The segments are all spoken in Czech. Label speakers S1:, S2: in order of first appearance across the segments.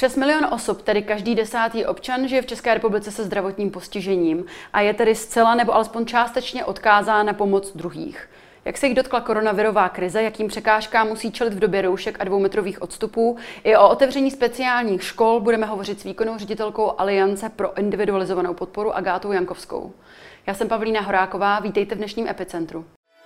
S1: Přes 1 000 000 osob, tedy každý 10. občan, žije v České republice se zdravotním postižením a je tedy zcela nebo alespoň částečně odkázán na pomoc druhých. Jak se jich dotkla koronavirová krize, jakým překážkám musí čelit v době roušek a 2metrových odstupů, i o otevření speciálních škol budeme hovořit s výkonnou ředitelkou Aliance pro individualizovanou podporu Agátou Jankovskou. Já jsem Pavlína Horáková, vítejte v dnešním Epicentru.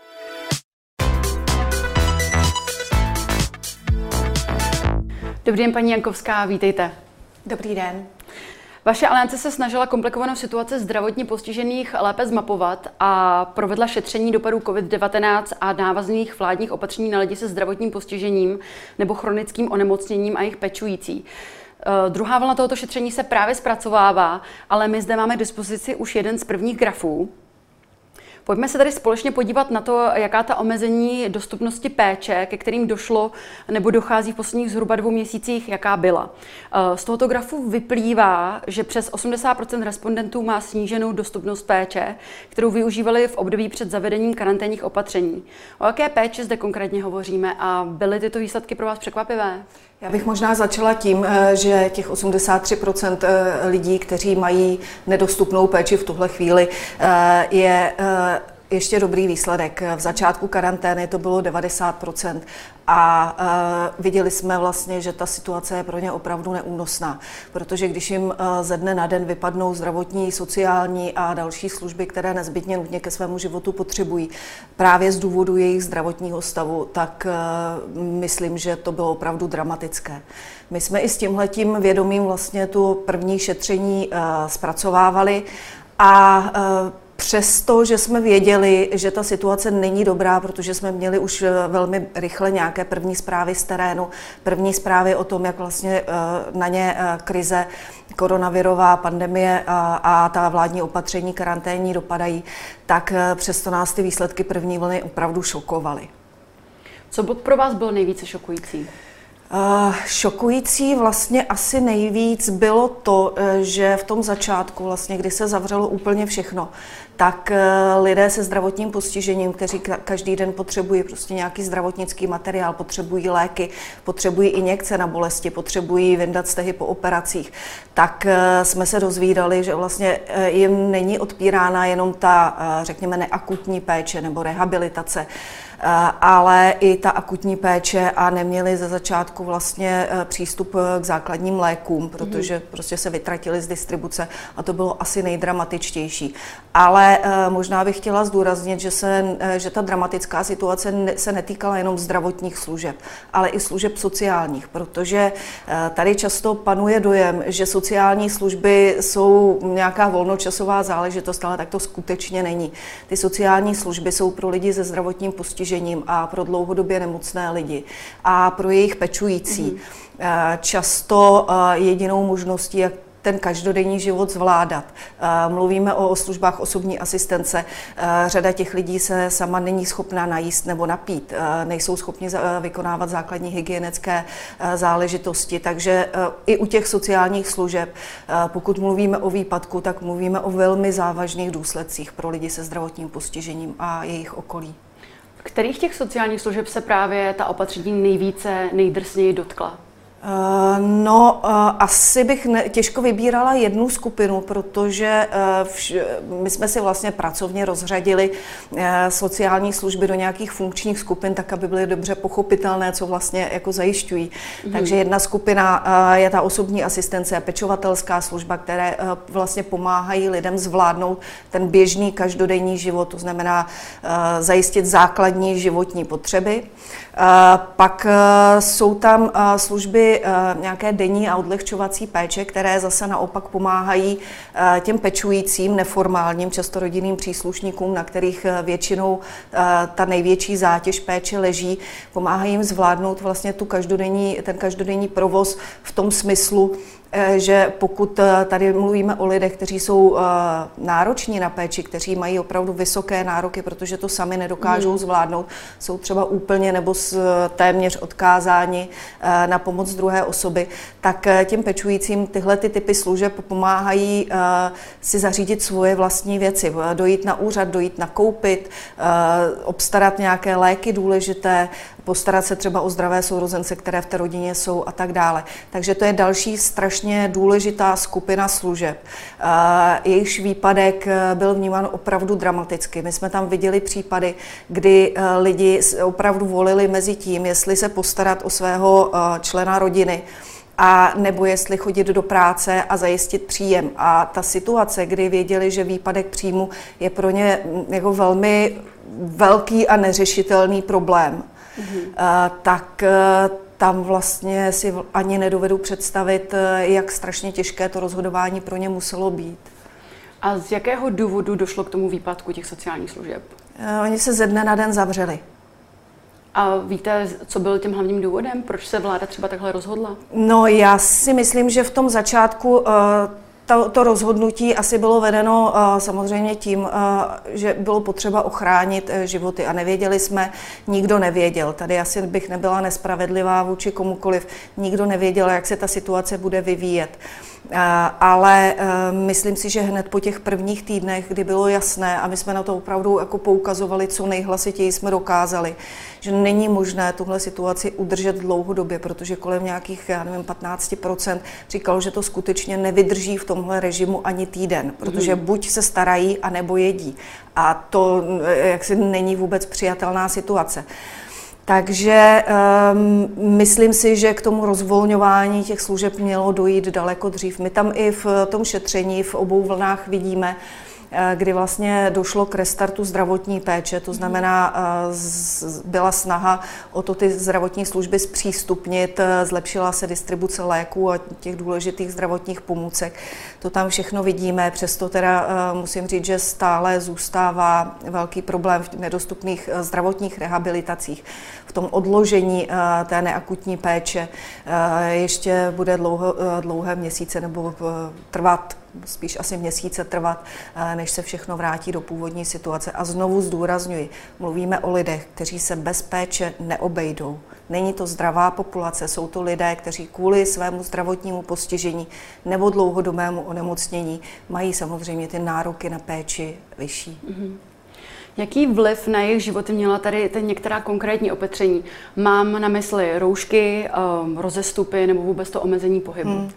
S1: Dobrý den, paní Jankovská, vítejte.
S2: Dobrý den.
S1: Vaše aliance se snažila komplikovanou situaci zdravotně postižených lépe zmapovat a provedla šetření dopadů COVID-19 a návazných vládních opatření na lidi se zdravotním postižením nebo chronickým onemocněním a jejich pečující. Druhá vlna tohoto šetření se právě zpracovává, ale my zde máme k dispozici už jeden z prvních grafů. Pojďme se tady společně podívat na to, jaká ta omezení dostupnosti péče, ke kterým došlo nebo dochází v posledních zhruba 2 měsících, jaká byla. Z tohoto grafu vyplývá, že přes 80% respondentů má sníženou dostupnost péče, kterou využívali v období před zavedením karanténních opatření. O jaké péči zde konkrétně hovoříme a byly tyto výsledky pro vás překvapivé?
S2: Já bych možná začala tím, že těch 83% lidí, kteří mají nedostupnou péči v tuhle chvíli, je ještě dobrý výsledek. V začátku karantény to bylo 90% a viděli jsme vlastně, že ta situace je pro ně opravdu neúnosná, protože když jim ze dne na den vypadnou zdravotní, sociální a další služby, které nezbytně nutně ke svému životu potřebují, právě z důvodu jejich zdravotního stavu, tak myslím, že to bylo opravdu dramatické. My jsme i s tímhletím vědomím vlastně tu první šetření zpracovávali a přesto, že jsme věděli, že ta situace není dobrá, protože jsme měli už velmi rychle nějaké první zprávy z terénu, první zprávy o tom, jak vlastně na ně krize, koronavirová pandemie a ta vládní opatření karanténní dopadají, tak přesto nás ty výsledky první vlny opravdu šokovaly.
S1: Co pro vás bylo nejvíce šokující?
S2: Šokující vlastně asi nejvíc bylo to, že v tom začátku, vlastně, kdy se zavřelo úplně všechno, tak lidé se zdravotním postižením, kteří každý den potřebují prostě nějaký zdravotnický materiál, potřebují léky, potřebují injekce na bolesti, potřebují vyndat stehy po operacích, tak jsme se dozvídali, že vlastně jim není odpírána jenom ta, řekněme, neakutní péče nebo rehabilitace, ale i ta akutní péče a neměli ze začátku vlastně přístup k základním lékům, protože prostě se vytratili z distribuce a to bylo asi nejdramatičtější. Ale možná bych chtěla zdůraznit, že ta dramatická situace se netýkala jenom zdravotních služeb, ale i služeb sociálních, protože tady často panuje dojem, že sociální služby jsou nějaká volnočasová záležitost, ale tak to skutečně není. Ty sociální služby jsou pro lidi se zdravotním postižením a pro dlouhodobě nemocné lidi a pro jejich pečující. Často jedinou možností, jak ten každodenní život zvládat. Mluvíme o službách osobní asistence. Řada těch lidí se sama není schopná najíst nebo napít. Nejsou schopni vykonávat základní hygienické záležitosti. Takže i u těch sociálních služeb, pokud mluvíme o výpadku, tak mluvíme o velmi závažných důsledcích pro lidi se zdravotním postižením a jejich okolí.
S1: Kterých těch sociálních služeb se právě ta opatření nejdrsněji dotkla?
S2: Asi bych těžko vybírala jednu skupinu, protože my jsme si vlastně pracovně rozřadili sociální služby do nějakých funkčních skupin, tak aby byly dobře pochopitelné, co vlastně jako zajišťují. Takže jedna skupina je ta osobní asistence a pečovatelská služba, které vlastně pomáhají lidem zvládnout ten běžný každodenní život, to znamená zajistit základní životní potřeby. Pak jsou tam služby nějaké denní a odlehčovací péče, které zase naopak pomáhají těm pečujícím, neformálním, často rodinným příslušníkům, na kterých většinou ta největší zátěž péče leží, pomáhají jim zvládnout vlastně ten každodenní provoz v tom smyslu, že pokud tady mluvíme o lidech, kteří jsou nároční na péči, kteří mají opravdu vysoké nároky, protože to sami nedokážou zvládnout, jsou třeba úplně nebo téměř odkázáni na pomoc druhé osoby, tak těm pečujícím tyhle typy služeb pomáhají si zařídit svoje vlastní věci, dojít na úřad, dojít nakoupit, obstarat nějaké léky důležité, postarat se třeba o zdravé sourozence, které v té rodině jsou a tak dále. Takže to je další strašně důležitá skupina služeb. Jejichž výpadek byl vnímán opravdu dramaticky. My jsme tam viděli případy, kdy lidi opravdu volili mezi tím, jestli se postarat o svého člena rodiny, a nebo jestli chodit do práce a zajistit příjem. A ta situace, kdy věděli, že výpadek příjmu je pro ně jako velmi velký a neřešitelný problém, tak tam vlastně si ani nedovedu představit, jak strašně těžké to rozhodování pro ně muselo být.
S1: A z jakého důvodu došlo k tomu výpadku těch sociálních služeb?
S2: Oni se ze dne na den zavřeli.
S1: A víte, co byl tím hlavním důvodem? Proč se vláda třeba takhle rozhodla?
S2: No, já si myslím, že v tom začátku to rozhodnutí asi bylo vedeno samozřejmě tím, že bylo potřeba ochránit životy a nevěděli jsme, nikdo nevěděl. Tady asi bych nebyla nespravedlivá vůči komukoliv. Nikdo nevěděl, jak se ta situace bude vyvíjet. Ale myslím si, že hned po těch prvních týdnech, kdy bylo jasné, a my jsme na to opravdu jako poukazovali, co nejhlasitěji jsme dokázali, že není možné tuhle situaci udržet dlouhodobě, protože kolem nějakých, 15% říkalo, že to skutečně nevydrží v tomhle režimu ani týden, protože buď se starají, anebo jedí. A to jaksi není vůbec přijatelná situace. Takže myslím si, že k tomu rozvolňování těch služeb mělo dojít daleko dřív. My tam i v tom šetření v obou vlnách vidíme, kdy vlastně došlo k restartu zdravotní péče, to znamená, byla snaha o to ty zdravotní služby zpřístupnit, zlepšila se distribuce léků a těch důležitých zdravotních pomůcek. To tam všechno vidíme, přesto teda musím říct, že stále zůstává velký problém v nedostupných zdravotních rehabilitacích, v tom odložení té neakutní péče. Ještě bude dlouhé měsíce nebo trvat, spíš asi měsíce trvat, než se všechno vrátí do původní situace. A znovu zdůrazňuji, mluvíme o lidech, kteří se bez péče neobejdou. Není to zdravá populace, jsou to lidé, kteří kvůli svému zdravotnímu postižení nebo dlouhodobému onemocnění mají samozřejmě ty nároky na péči vyšší.
S1: Jaký vliv na jejich životy měla tady některá konkrétní opatření? Mám na mysli roušky, rozestupy nebo vůbec to omezení pohybu?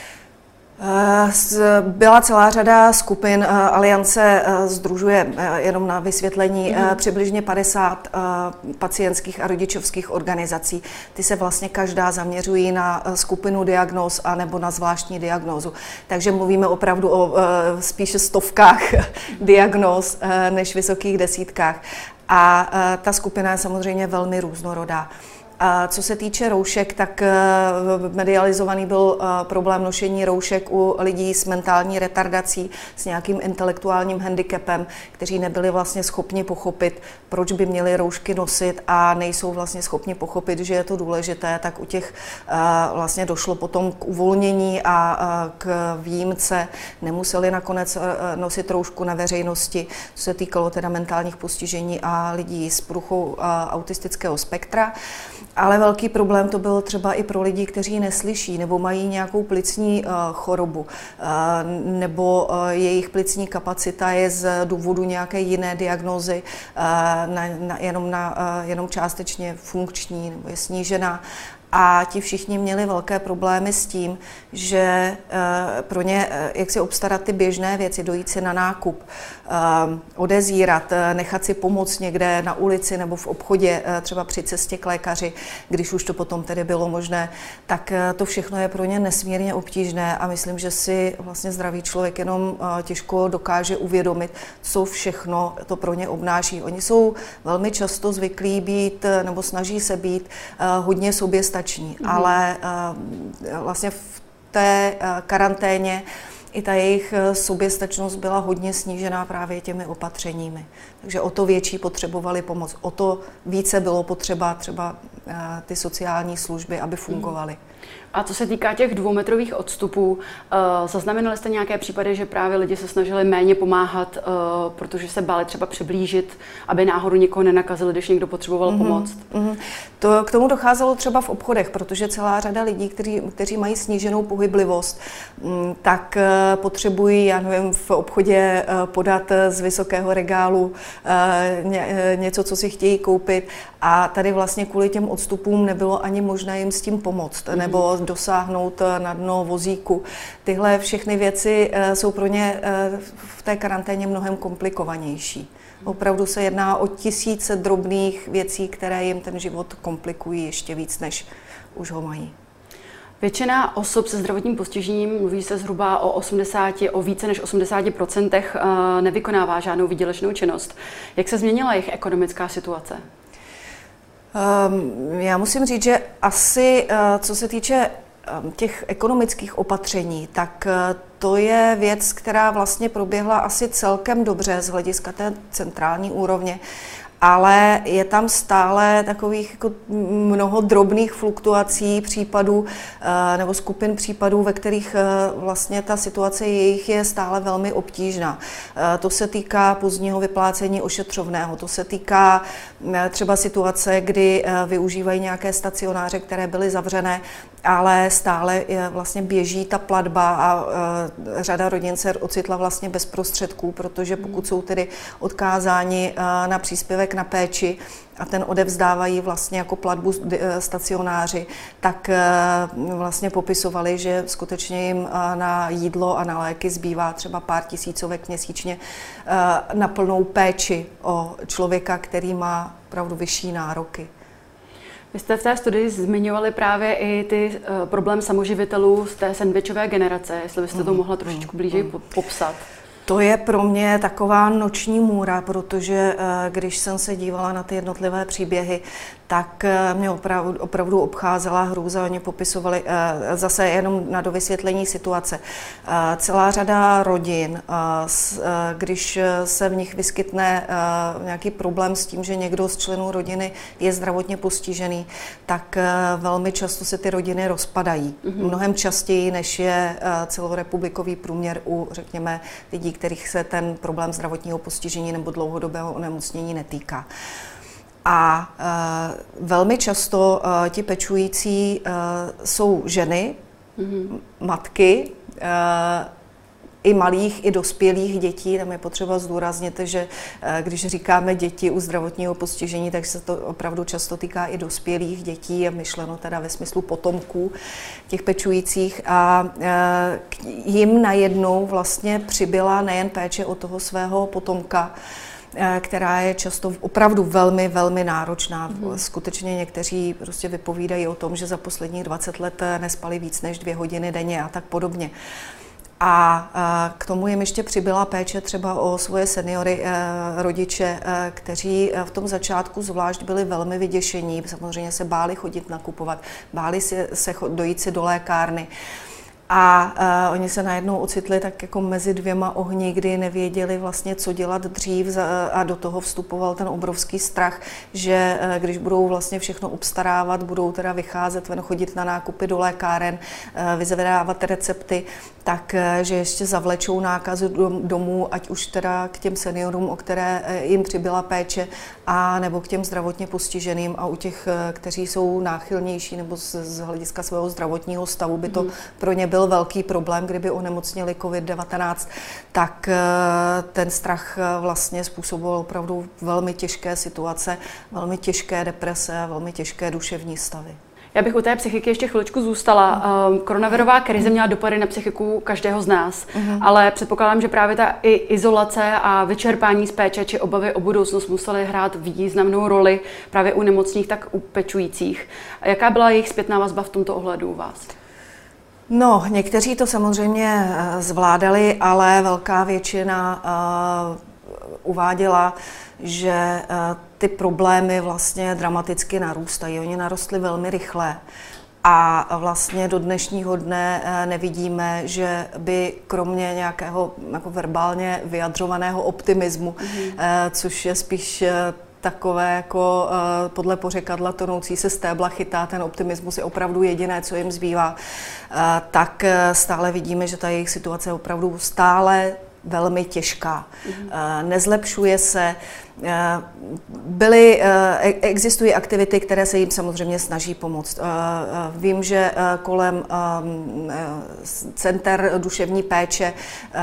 S2: Byla celá řada skupin, Aliance sdružuje jenom na vysvětlení přibližně 50 pacientských a rodičovských organizací. Ty se vlastně každá zaměřují na skupinu diagnóz a nebo na zvláštní diagnózu. Takže mluvíme opravdu o spíše stovkách diagnóz než vysokých desítkách. A ta skupina je samozřejmě velmi různorodá. A co se týče roušek, tak medializovaný byl problém nošení roušek u lidí s mentální retardací, s nějakým intelektuálním handicapem, kteří nebyli vlastně schopni pochopit, proč by měli roušky nosit a nejsou vlastně schopni pochopit, že je to důležité, tak u těch vlastně došlo potom k uvolnění a k výjimce. Nemuseli nakonec nosit roušku na veřejnosti, co se týkalo teda mentálních postižení a lidí s poruchou autistického spektra. Ale velký problém to byl třeba i pro lidi, kteří neslyší nebo mají nějakou plicní chorobu, nebo jejich plicní kapacita je z důvodu nějaké jiné diagnózy jenom částečně funkční nebo je snížená. A ti všichni měli velké problémy s tím, že pro ně, jak si obstarat ty běžné věci, dojít si na nákup, odezírat, nechat si pomoct někde na ulici nebo v obchodě, třeba při cestě k lékaři, když už to potom tedy bylo možné, tak to všechno je pro ně nesmírně obtížné a myslím, že si vlastně zdravý člověk jenom těžko dokáže uvědomit, co všechno to pro ně obnáší. Oni jsou velmi často zvyklí být nebo snaží se být hodně soběstační, ale vlastně v té karanténě i ta jejich soběstačnost byla hodně snížená právě těmi opatřeními. Takže o to větší potřebovali pomoc, o to více bylo potřeba třeba ty sociální služby, aby fungovaly.
S1: A co se týká těch 2metrových odstupů, zaznamenali jste nějaké případy, že právě lidi se snažili méně pomáhat, protože se báli třeba přiblížit, aby náhodou někoho nenakazili, když někdo potřeboval pomoct?
S2: K tomu docházelo třeba v obchodech, protože celá řada lidí, kteří mají sníženou pohyblivost, tak potřebují, já nevím, v obchodě podat z vysokého regálu něco, co si chtějí koupit, a tady vlastně kvůli těm odstupům nebylo ani možné jim s tím pomoct, nebo dosáhnout na dno vozíku. Tyhle všechny věci jsou pro ně v té karanténě mnohem komplikovanější. Opravdu se jedná o tisíce drobných věcí, které jim ten život komplikují ještě víc, než už ho mají.
S1: Většina osob se zdravotním postižením, mluví se zhruba o více než 80%, nevykonává žádnou výdělečnou činnost. Jak se změnila jejich ekonomická situace?
S2: Já musím říct, že asi co se týče těch ekonomických opatření, tak to je věc, která vlastně proběhla asi celkem dobře z hlediska té centrální úrovně, ale je tam stále takových jako mnoho drobných fluktuací případů nebo skupin případů, ve kterých vlastně ta situace jejich je stále velmi obtížná. To se týká pozdního vyplácení ošetřovného, to se týká třeba situace, kdy využívají nějaké stacionáře, které byly zavřené, ale stále vlastně běží ta platba a řada rodin se ocitla vlastně bez prostředků, protože pokud jsou tedy odkázáni na příspěvek na péči a ten odevzdávají vlastně jako platbu stacionáři, tak vlastně popisovali, že skutečně jim na jídlo a na léky zbývá třeba pár tisícovek měsíčně na plnou péči o člověka, který má opravdu vyšší nároky.
S1: Vy jste v té studii zmiňovali právě i ty problém samoživitelů z té sendvičové generace, jestli byste to mohla trošičku blíže popsat.
S2: To je pro mě taková noční můra, protože když jsem se dívala na ty jednotlivé příběhy, tak mě opravdu obcházela hrůza. Oni popisovali zase jenom na dovysvětlení situace. Celá řada rodin, když se v nich vyskytne nějaký problém s tím, že někdo z členů rodiny je zdravotně postižený, tak velmi často se ty rodiny rozpadají. Mnohem častěji, než je celorepublikový průměr u, řekněme, lidí, kterých se ten problém zdravotního postižení nebo dlouhodobého onemocnění netýká. A velmi často ti pečující jsou ženy, matky, i malých, i dospělých dětí. Tam je potřeba zdůraznit, že když říkáme děti u zdravotního postižení, tak se to opravdu často týká i dospělých dětí, je myšleno teda ve smyslu potomků těch pečujících. A jim najednou vlastně přibyla nejen péče o toho svého potomka, která je často opravdu velmi, velmi náročná. Skutečně někteří prostě vypovídají o tom, že za posledních 20 let nespali víc než 2 hodiny denně a tak podobně. A k tomu jim ještě přibyla péče třeba o svoje seniory, rodiče, kteří v tom začátku zvlášť byli velmi vyděšení. Samozřejmě se báli chodit nakupovat, báli se dojít si do lékárny. A oni se najednou ocitli tak jako mezi 2 ohni, kdy nevěděli vlastně, co dělat dřív, a do toho vstupoval ten obrovský strach, že když budou vlastně všechno obstarávat, budou teda vycházet ven, chodit na nákupy do lékáren, vyzvedávat recepty, tak že ještě zavlečou nákazu domů, ať už teda k těm seniorům, o které jim přibyla péče, a nebo k těm zdravotně postiženým, a u těch, kteří jsou náchylnější nebo z hlediska svého zdravotního stavu by to pro ně byl velký problém, kdyby onemocnili COVID-19, tak ten strach vlastně způsoboval opravdu velmi těžké situace, velmi těžké deprese a velmi těžké duševní stavy.
S1: Já bych u té psychiky ještě chviličku zůstala. Koronavirová krize měla dopady na psychiku každého z nás, ale předpokládám, že právě ta i izolace a vyčerpání z péče či obavy o budoucnost musely hrát významnou roli právě u nemocných, tak u pečujících. A jaká byla jejich zpětná vazba v tomto ohledu u vás?
S2: No, někteří to samozřejmě zvládali, ale velká většina uváděla, že ty problémy vlastně dramaticky narůstají. Oni narostly velmi rychle a vlastně do dnešního dne nevidíme, že by kromě nějakého jako verbálně vyjadřovaného optimismu, což je spíš takové jako podle pořekadla tonoucí se stébla chytá, ten optimismus je opravdu jediné, co jim zbývá, tak stále vidíme, že ta jejich situace je opravdu stále velmi těžká. Nezlepšuje se. Existují aktivity, které se jim samozřejmě snaží pomoct. Vím, že kolem center duševní péče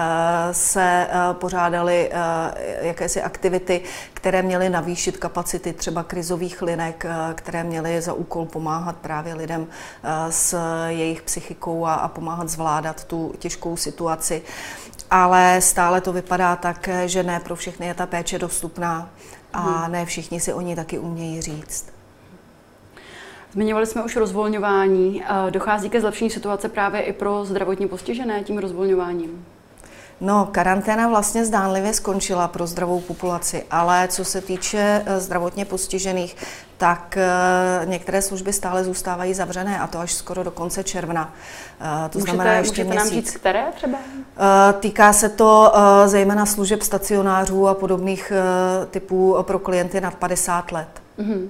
S2: se pořádaly jakési aktivity, které měly navýšit kapacity třeba krizových linek, které měly za úkol pomáhat právě lidem s jejich psychikou a pomáhat zvládat tu těžkou situaci. Ale stále to vypadá tak, že ne pro všechny je ta péče dostupná a ne všichni si o ní taky umějí říct.
S1: Zmiňovali jsme už rozvolňování. Dochází ke zlepšení situace právě i pro zdravotně postižené tím rozvolňováním?
S2: No, karanténa vlastně zdánlivě skončila pro zdravou populaci, ale co se týče zdravotně postižených, tak některé služby stále zůstávají zavřené, a to až skoro do konce června. To znamená ještě
S1: měsíc. Můžete nám říct, které třeba?
S2: Týká se to zejména služeb stacionářů a podobných typů pro klienty nad 50 let. Mm-hmm.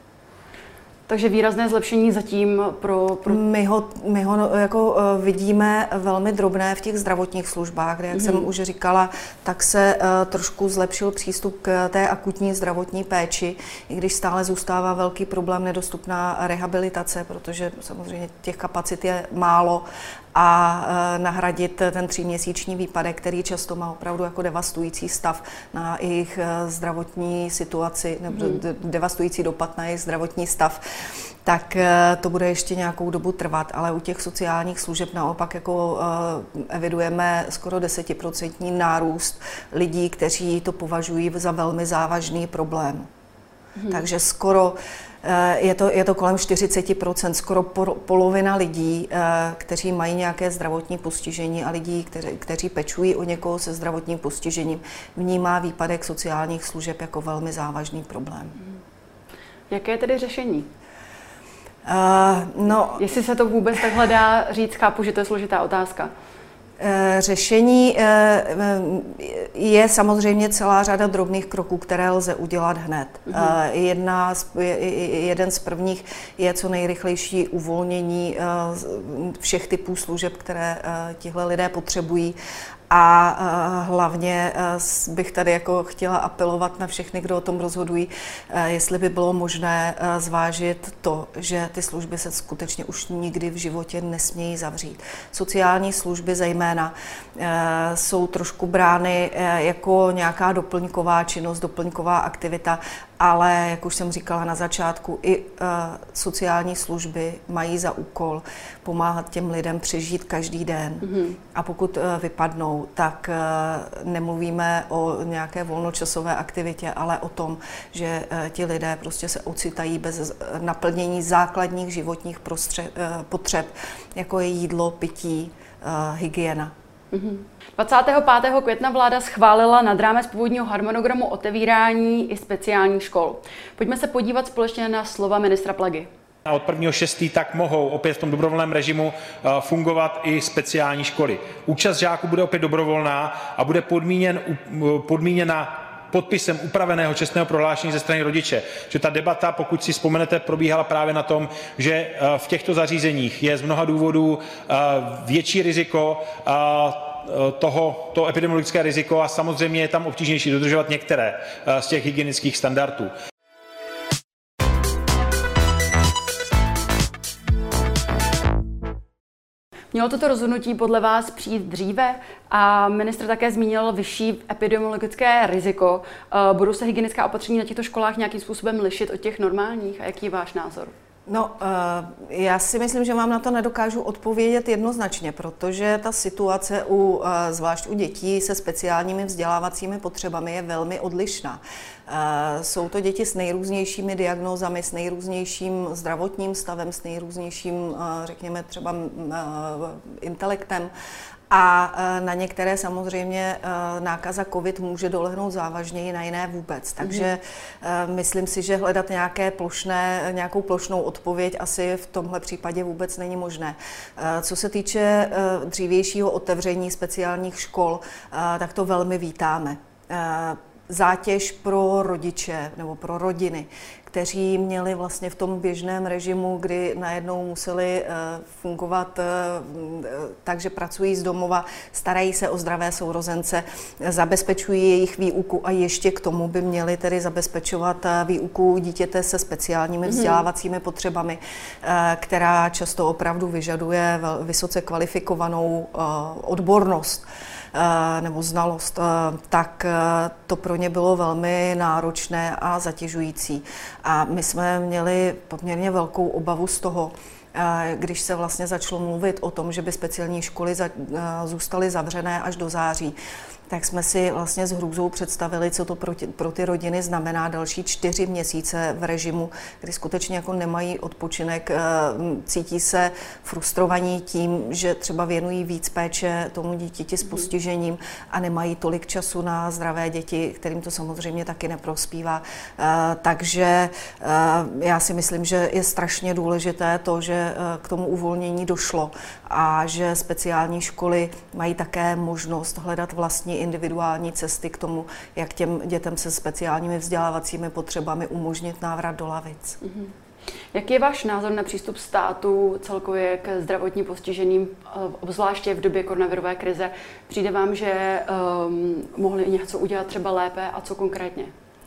S1: Takže výrazné zlepšení zatím pro... My
S2: ho jako vidíme velmi drobné v těch zdravotních službách, kde, jak jsem už říkala, tak se trošku zlepšil přístup k té akutní zdravotní péči, i když stále zůstává velký problém nedostupná rehabilitace, protože samozřejmě těch kapacit je málo a nahradit ten 3měsíční výpadek, který často má opravdu jako devastující stav na jejich zdravotní situaci, nebo devastující dopad na jejich zdravotní stav, tak to bude ještě nějakou dobu trvat, ale u těch sociálních služeb naopak jako evidujeme skoro 10% nárůst lidí, kteří to považují za velmi závažný problém. Takže skoro je to kolem 40%, skoro polovina lidí, kteří mají nějaké zdravotní postižení, a lidí, kteří pečují o někoho se zdravotním postižením, vnímá výpadek sociálních služeb jako velmi závažný problém.
S1: Jaké je tedy řešení? Jestli se to vůbec takhle dá říct, chápu, že to je složitá otázka.
S2: Řešení je samozřejmě celá řada drobných kroků, které lze udělat hned. Jeden z prvních je co nejrychlejší uvolnění všech typů služeb, které tihle lidé potřebují. A hlavně bych tady jako chtěla apelovat na všechny, kdo o tom rozhodují, jestli by bylo možné zvážit to, že ty služby se skutečně už nikdy v životě nesmějí zavřít. Sociální služby zejména jsou trošku brány jako nějaká doplňková činnost, doplňková aktivita, ale, jak už jsem říkala na začátku, i sociální služby mají za úkol pomáhat těm lidem přežít každý den. A pokud vypadnou, tak nemluvíme o nějaké volnočasové aktivitě, ale o tom, že ti lidé prostě se ocitají bez naplnění základních životních potřeb, jako je jídlo, pití, hygiena.
S1: 25. května vláda schválila nad rámec původního harmonogramu otevírání i speciálních škol. Pojďme se podívat společně na slova ministra Plagy.
S3: A od 1.6. tak mohou opět v tom dobrovolném režimu fungovat i speciální školy. Účast žáků bude opět dobrovolná a bude podmíněna podpisem upraveného čestného prohlášení ze strany rodiče. Že ta debata, pokud si vzpomenete, probíhala právě na tom, že v těchto zařízeních je z mnoha důvodů větší riziko to epidemiologické riziko, a samozřejmě je tam obtížnější dodržovat některé z těch hygienických standardů.
S1: Mělo toto rozhodnutí podle vás přijít dříve? A ministr také zmínil vyšší epidemiologické riziko. Budou se hygienická opatření na těchto školách nějakým způsobem lišit od těch normálních? A jaký je váš názor?
S2: No, já si myslím, že vám na to nedokážu odpovědět jednoznačně, protože ta situace zvlášť u dětí se speciálními vzdělávacími potřebami je velmi odlišná. Jsou to děti s nejrůznějšími diagnózami, s nejrůznějším zdravotním stavem, s nejrůznějším, řekněme, třeba intelektem. A na některé samozřejmě nákaza COVID může dolehnout závažněji, na jiné vůbec. Takže myslím si, že hledat nějakou plošnou odpověď asi v tomhle případě vůbec není možné. Co se týče dřívějšího otevření speciálních škol, tak to velmi vítáme. zátěž pro rodiče nebo pro rodiny, kteří měli vlastně v tom běžném režimu, kdy najednou museli fungovat tak, že pracují z domova, starají se o zdravé sourozence, zabezpečují jejich výuku a ještě k tomu by měli tedy zabezpečovat výuku dítěte se speciálními vzdělávacími potřebami, která často opravdu vyžaduje vysoce kvalifikovanou odbornost nebo znalost, tak to pro ně bylo velmi náročné a zatěžující. A my jsme měli poměrně velkou obavu z toho, když se vlastně začalo mluvit o tom, že by speciální školy zůstaly zavřené až do září, tak jsme si vlastně s hrůzou představili, co to pro ty rodiny znamená další 4 měsíce v režimu, kdy skutečně jako nemají odpočinek, cítí se frustrovaní tím, že třeba věnují víc péče tomu dítěti s postižením a nemají tolik času na zdravé děti, kterým to samozřejmě taky neprospívá. Takže já si myslím, že je strašně důležité to, že k tomu uvolnění došlo a že speciální školy mají také možnost hledat vlastní individuální cesty k tomu, jak těm dětem se speciálními vzdělávacími potřebami umožnit návrat do lavic.
S1: Jaký je váš názor na přístup státu celkově k zdravotně postiženým, obzvláště v době koronavirové krize? Přijde vám, že mohli něco udělat třeba lépe a co konkrétně?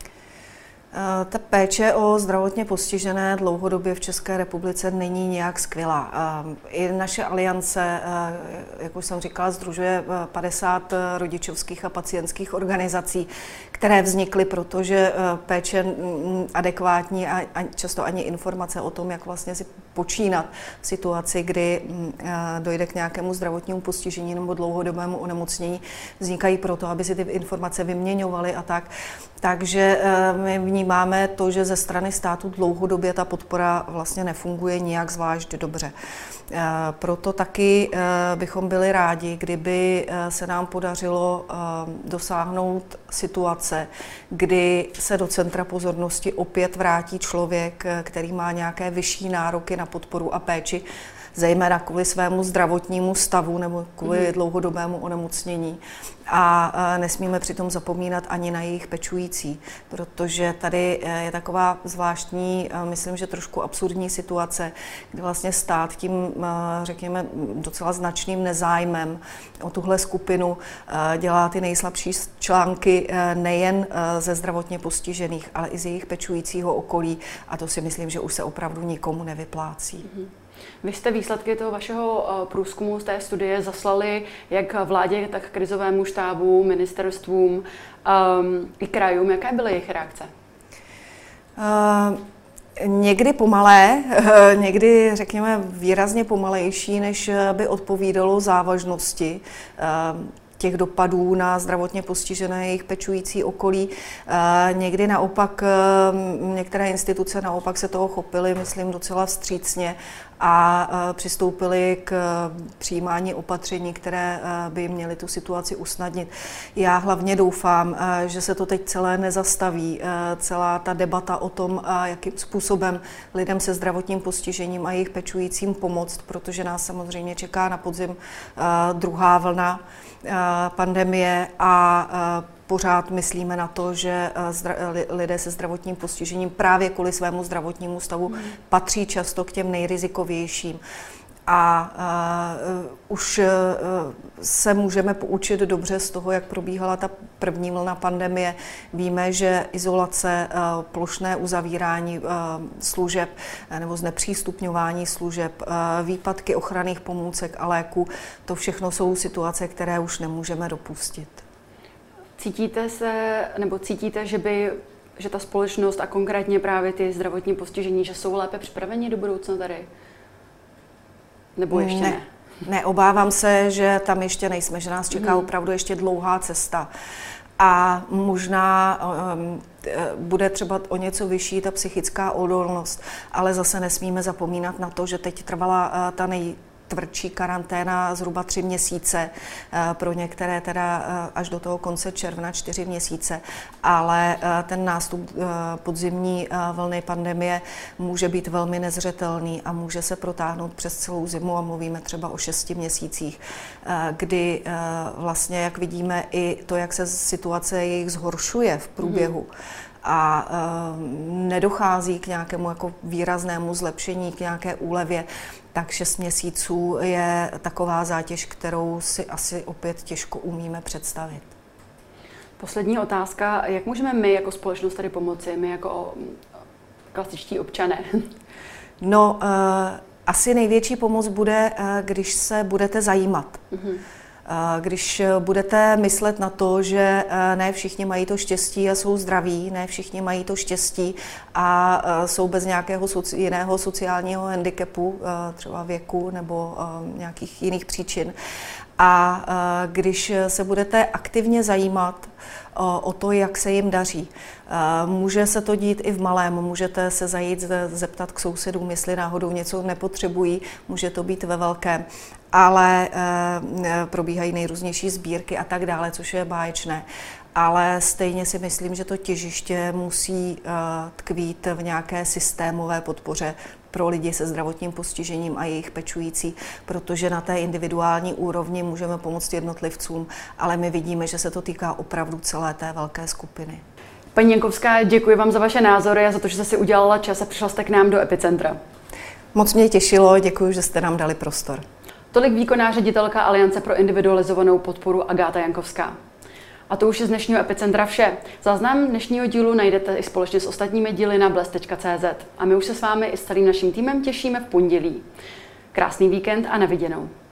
S2: Ta péče o zdravotně postižené dlouhodobě v České republice není nějak skvělá. I naše aliance, jak už jsem říkala, sdružuje 50 rodičovských a pacientských organizací, které vznikly, protože péče adekvátní a často ani informace o tom, jak vlastně si počínat v situaci, kdy dojde k nějakému zdravotnímu postižení nebo dlouhodobému onemocnění, vznikají proto, aby si ty informace vyměňovaly a tak. Takže my vnímáme to, že ze strany státu dlouhodobě ta podpora vlastně nefunguje nijak zvlášť dobře. Proto taky bychom byli rádi, kdyby se nám podařilo dosáhnout situace, kdy se do centra pozornosti opět vrátí člověk, který má nějaké vyšší nároky na podporu a péči, zejména kvůli svému zdravotnímu stavu nebo kvůli dlouhodobému onemocnění. A nesmíme přitom zapomínat ani na jejich pečující, protože tady je taková zvláštní, myslím, že trošku absurdní situace, kdy vlastně stát tím, řekněme, docela značným nezájmem o tuhle skupinu dělá ty nejslabší články nejen ze zdravotně postižených, ale i z jejich pečujícího okolí a to si myslím, že už se opravdu nikomu nevyplácí.
S1: Vy jste výsledky toho vašeho průzkumu z té studie zaslali jak vládě, tak krizovému štábu, ministerstvům i krajům. Jaké byly jejich reakce?
S2: Někdy pomalé, někdy řekněme výrazně pomalejší, než by odpovídalo závažnosti těch dopadů na zdravotně postižené jejich pečující okolí. Někdy naopak, některé instituce naopak se toho chopily, myslím, docela vstřícně a přistoupili k přijímání opatření, které by měly tu situaci usnadnit. Já hlavně doufám, že se to teď celé nezastaví, celá ta debata o tom, jakým způsobem lidem se zdravotním postižením a jejich pečujícím pomoct, protože nás samozřejmě čeká na podzim druhá vlna pandemie a pořád myslíme na to, že lidé se zdravotním postižením právě kvůli svému zdravotnímu stavu patří často k těm nejrizikovějším. A už se můžeme poučit dobře z toho, jak probíhala ta první vlna pandemie. Víme, že izolace, plošné uzavírání služeb nebo znepřístupňování služeb, výpadky ochranných pomůcek a léků, to všechno jsou situace, které už nemůžeme dopustit.
S1: Cítíte, že ta společnost a konkrétně právě ty zdravotní postižení, že jsou lépe připraveni do budoucna tady? Nebo ještě ne?
S2: Ne, obávám se, že tam ještě nejsme, že nás čeká opravdu ještě dlouhá cesta. A možná bude třeba o něco vyšší ta psychická odolnost, ale zase nesmíme zapomínat na to, že teď trvala ta tvrdší karanténa zhruba 3 měsíce, pro některé teda až do toho konce června 4 měsíce, ale ten nástup podzimní vlny pandemie může být velmi nezřetelný a může se protáhnout přes celou zimu a mluvíme třeba o 6 měsících, kdy vlastně, jak vidíme, i to, jak se situace jejich zhoršuje v průběhu, a nedochází k nějakému jako výraznému zlepšení, k nějaké úlevě, tak 6 měsíců je taková zátěž, kterou si asi opět těžko umíme představit.
S1: Poslední otázka. Jak můžeme my jako společnost tady pomoci, my jako klasičtí občané?
S2: No, asi největší pomoc bude, když se budete zajímat. Když budete myslet na to, že ne všichni mají to štěstí a jsou zdraví, ne všichni mají to štěstí a jsou bez nějakého jiného sociálního handicapu, třeba věku nebo nějakých jiných příčin. A když se budete aktivně zajímat o to, jak se jim daří. Může se to dít i v malém, můžete se zajít zeptat k sousedům, jestli náhodou něco nepotřebují, může to být ve velkém, ale probíhají nejrůznější sbírky a tak dále, což je báječné. Ale stejně si myslím, že to těžiště musí tkvít v nějaké systémové podpoře pro lidi se zdravotním postižením a jejich pečující, protože na té individuální úrovni můžeme pomoct jednotlivcům, ale my vidíme, že se to týká opravdu celé té velké skupiny.
S1: Paní Jankovská, děkuji vám za vaše názory a za to, že jste si udělala čas a přišla jste k nám do Epicentra.
S2: Moc mě těšilo, děkuji, že jste nám dali prostor.
S1: Tolik výkonná ředitelka Aliance pro individualizovanou podporu Agáta Jankovská. A to už je z dnešního Epicentra vše. Záznam dnešního dílu najdete i společně s ostatními díly na blesk.cz. A my už se s vámi i s celým naším týmem těšíme v pondělí. Krásný víkend a na viděnou.